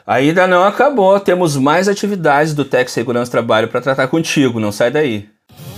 Ainda não acabou, temos mais atividades do Tec Segurança Trabalho para tratar contigo, não sai daí.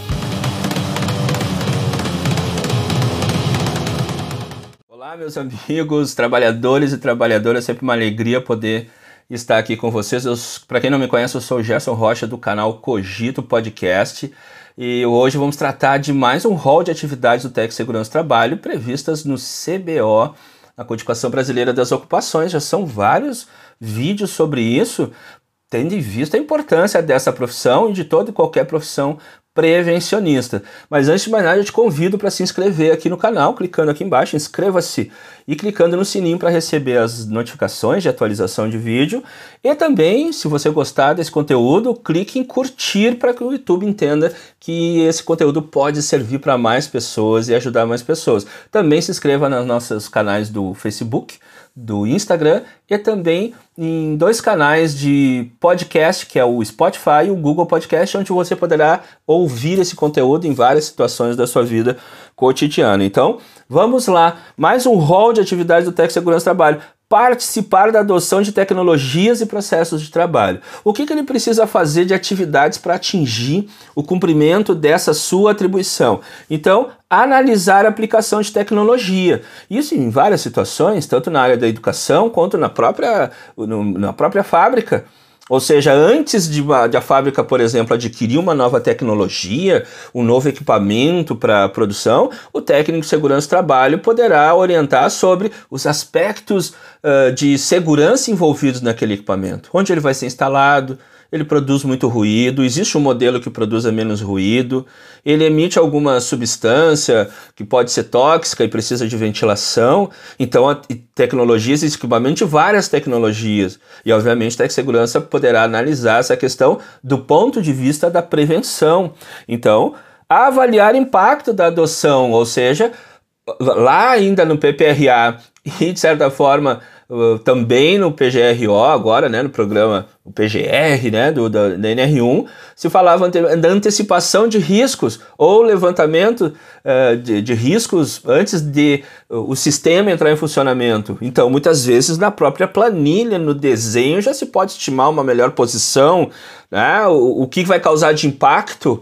Olá, meus amigos, trabalhadores e trabalhadoras, sempre uma alegria poder estar aqui com vocês. Para quem não me conhece, eu sou o Gerson Rocha do canal Cogito Podcast e hoje vamos tratar de mais um rol de atividades do Tec Segurança Trabalho previstas no CBO, a Codificação Brasileira das Ocupações. Já são vários vídeos sobre isso, tendo em vista a importância dessa profissão e de toda e qualquer profissão prevencionista. Mas antes de mais nada, eu te convido para se inscrever aqui no canal, clicando aqui embaixo, inscreva-se e clicando no sininho para receber as notificações de atualização de vídeo. E também, se você gostar desse conteúdo, clique em curtir para que o YouTube entenda que esse conteúdo pode servir para mais pessoas e ajudar mais pessoas. Também se inscreva nos nossos canais do Facebook, do Instagram e também em dois canais de podcast, que é o Spotify e o Google Podcast, onde você poderá ouvir esse conteúdo em várias situações da sua vida cotidiana. Então, vamos lá, mais um rol de atividades do Tec Segurança Trabalho. Participar da adoção de tecnologias e processos de trabalho. O que ele precisa fazer de atividades para atingir o cumprimento dessa sua atribuição? Então, analisar a aplicação de tecnologia. Isso em várias situações, tanto na área da educação quanto na própria fábrica. Ou seja, antes de a fábrica, por exemplo, adquirir uma nova tecnologia, um novo equipamento para a produção, o técnico de segurança do trabalho poderá orientar sobre os aspectos de segurança envolvidos naquele equipamento. Onde ele vai ser instalado, ele produz muito ruído, existe um modelo que produza menos ruído, ele emite alguma substância que pode ser tóxica e precisa de ventilação. Então, tecnologias, equipamento de várias tecnologias. E, obviamente, a Tec Segurança poderá analisar essa questão do ponto de vista da prevenção. Então, avaliar impacto da adoção, ou seja, lá ainda no PPRA e, de certa forma, também no PGRO agora, né, no programa, o PGR, né, da NR1, se falava da antecipação de riscos ou levantamento de riscos antes de o sistema entrar em funcionamento. Então, muitas vezes, na própria planilha, no desenho, já se pode estimar uma melhor posição, né, o que vai causar de impacto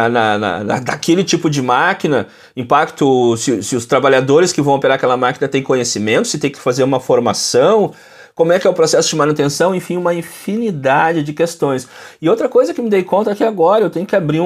daquele tipo de máquina, impacto se os trabalhadores que vão operar aquela máquina têm conhecimento, se tem que fazer uma formação, como é que é o processo de manutenção, enfim, uma infinidade de questões. E outra coisa que me dei conta é que agora eu tenho que abrir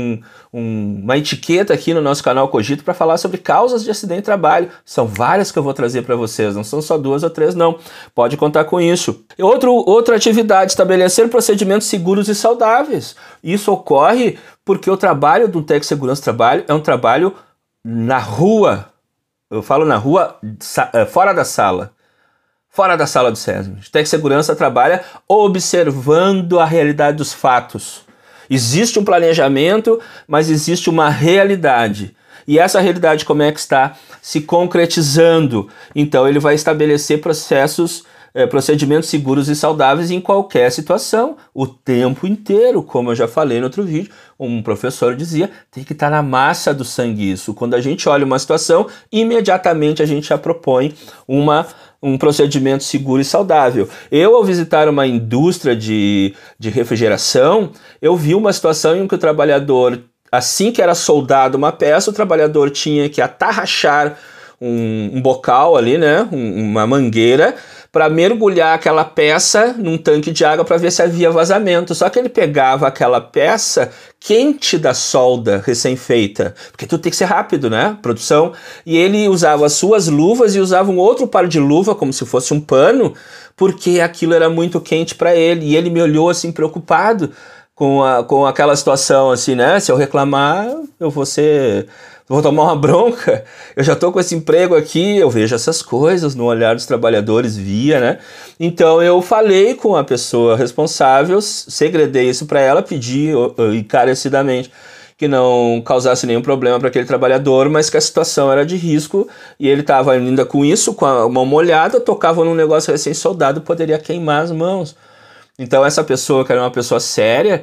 uma etiqueta aqui no nosso canal Cogito para falar sobre causas de acidente de trabalho. São várias que eu vou trazer para vocês, não são só 2 ou 3 não, pode contar com isso. Outra atividade, estabelecer procedimentos seguros e saudáveis. Isso ocorre porque o trabalho do Tec Segurança Trabalho é um trabalho na rua, eu falo na rua, fora da sala. Fora da sala do SESM. O Tec Segurança trabalha observando a realidade dos fatos. Existe um planejamento, mas existe uma realidade. E essa realidade como é que está se concretizando? Então ele vai estabelecer procedimentos seguros e saudáveis em qualquer situação, o tempo inteiro, como eu já falei no outro vídeo. Um professor dizia, tem que estar na massa do sangue isso. Quando a gente olha uma situação, imediatamente a gente já propõe um procedimento seguro e saudável. Eu, ao visitar uma indústria de refrigeração, eu vi uma situação em que o trabalhador, assim que era soldado uma peça, o trabalhador tinha que atarrachar um bocal ali, né, uma mangueira, para mergulhar aquela peça num tanque de água para ver se havia vazamento. Só que ele pegava aquela peça quente da solda recém-feita, porque tudo tem que ser rápido, né? Produção. E ele usava as suas luvas e usava um outro par de luva, como se fosse um pano, porque aquilo era muito quente para ele. E ele me olhou assim preocupado com aquela situação, assim, né? Se eu reclamar, eu vou tomar uma bronca, eu já estou com esse emprego aqui, eu vejo essas coisas no olhar dos trabalhadores, né? Então eu falei com a pessoa responsável, segredei isso para ela, pedi encarecidamente que não causasse nenhum problema para aquele trabalhador, mas que a situação era de risco e ele estava ainda com isso, com a mão molhada, tocava num negócio recém-soldado, poderia queimar as mãos. Então essa pessoa, que era uma pessoa séria,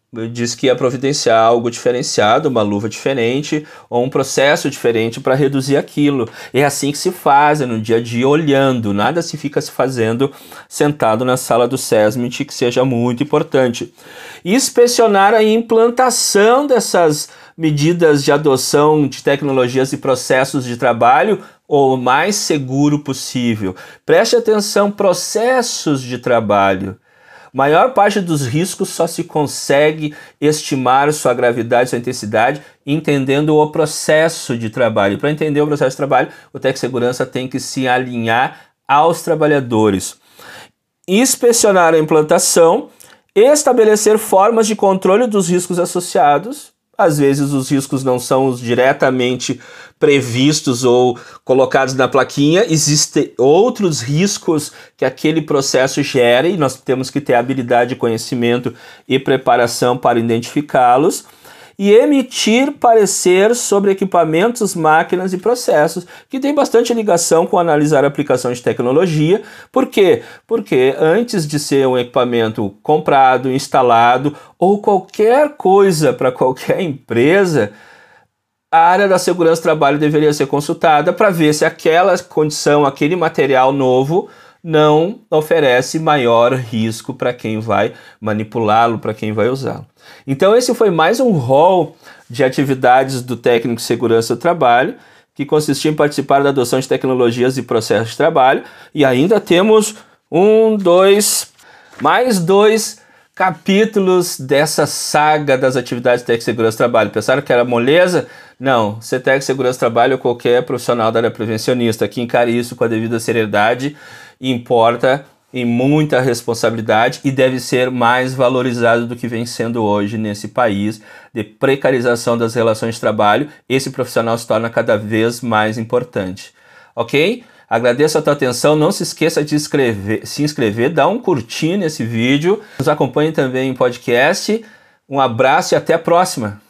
diz que ia providenciar algo diferenciado, uma luva diferente ou um processo diferente para reduzir aquilo. É assim que se faz, no dia a dia, olhando. Nada se fica se fazendo sentado na sala do SESMIT, que seja muito importante. Inspecionar a implantação dessas medidas de adoção de tecnologias e processos de trabalho o mais seguro possível. Preste atenção, processos de trabalho. Maior parte dos riscos só se consegue estimar sua gravidade, sua intensidade, entendendo o processo de trabalho. Para entender o processo de trabalho, o técnico de segurança tem que se alinhar aos trabalhadores. Inspecionar a implantação, estabelecer formas de controle dos riscos associados. Às vezes os riscos não são diretamente previstos ou colocados na plaquinha, existem outros riscos que aquele processo gera e nós temos que ter habilidade, conhecimento e preparação para identificá-los. E emitir parecer sobre equipamentos, máquinas e processos, que tem bastante ligação com analisar a aplicação de tecnologia. Por quê? Porque antes de ser um equipamento comprado, instalado ou qualquer coisa para qualquer empresa, a área da segurança do trabalho deveria ser consultada para ver se aquela condição, aquele material novo não oferece maior risco para quem vai manipulá-lo, para quem vai usá-lo. Então esse foi mais um rol de atividades do técnico de segurança do trabalho, que consistia em participar da adoção de tecnologias e processos de trabalho, e ainda temos mais dois capítulos dessa saga das atividades de técnico de segurança do trabalho. Pensaram que era moleza? Não, ser técnico de segurança do trabalho ou qualquer profissional da área prevencionista que encare isso com a devida seriedade importa em muita responsabilidade e deve ser mais valorizado do que vem sendo hoje nesse país de precarização das relações de trabalho. Esse profissional se torna cada vez mais importante. Ok? Agradeço a tua atenção, não se esqueça de se inscrever, dá um curtir nesse vídeo, nos acompanhe também em podcast. Um abraço e até a próxima!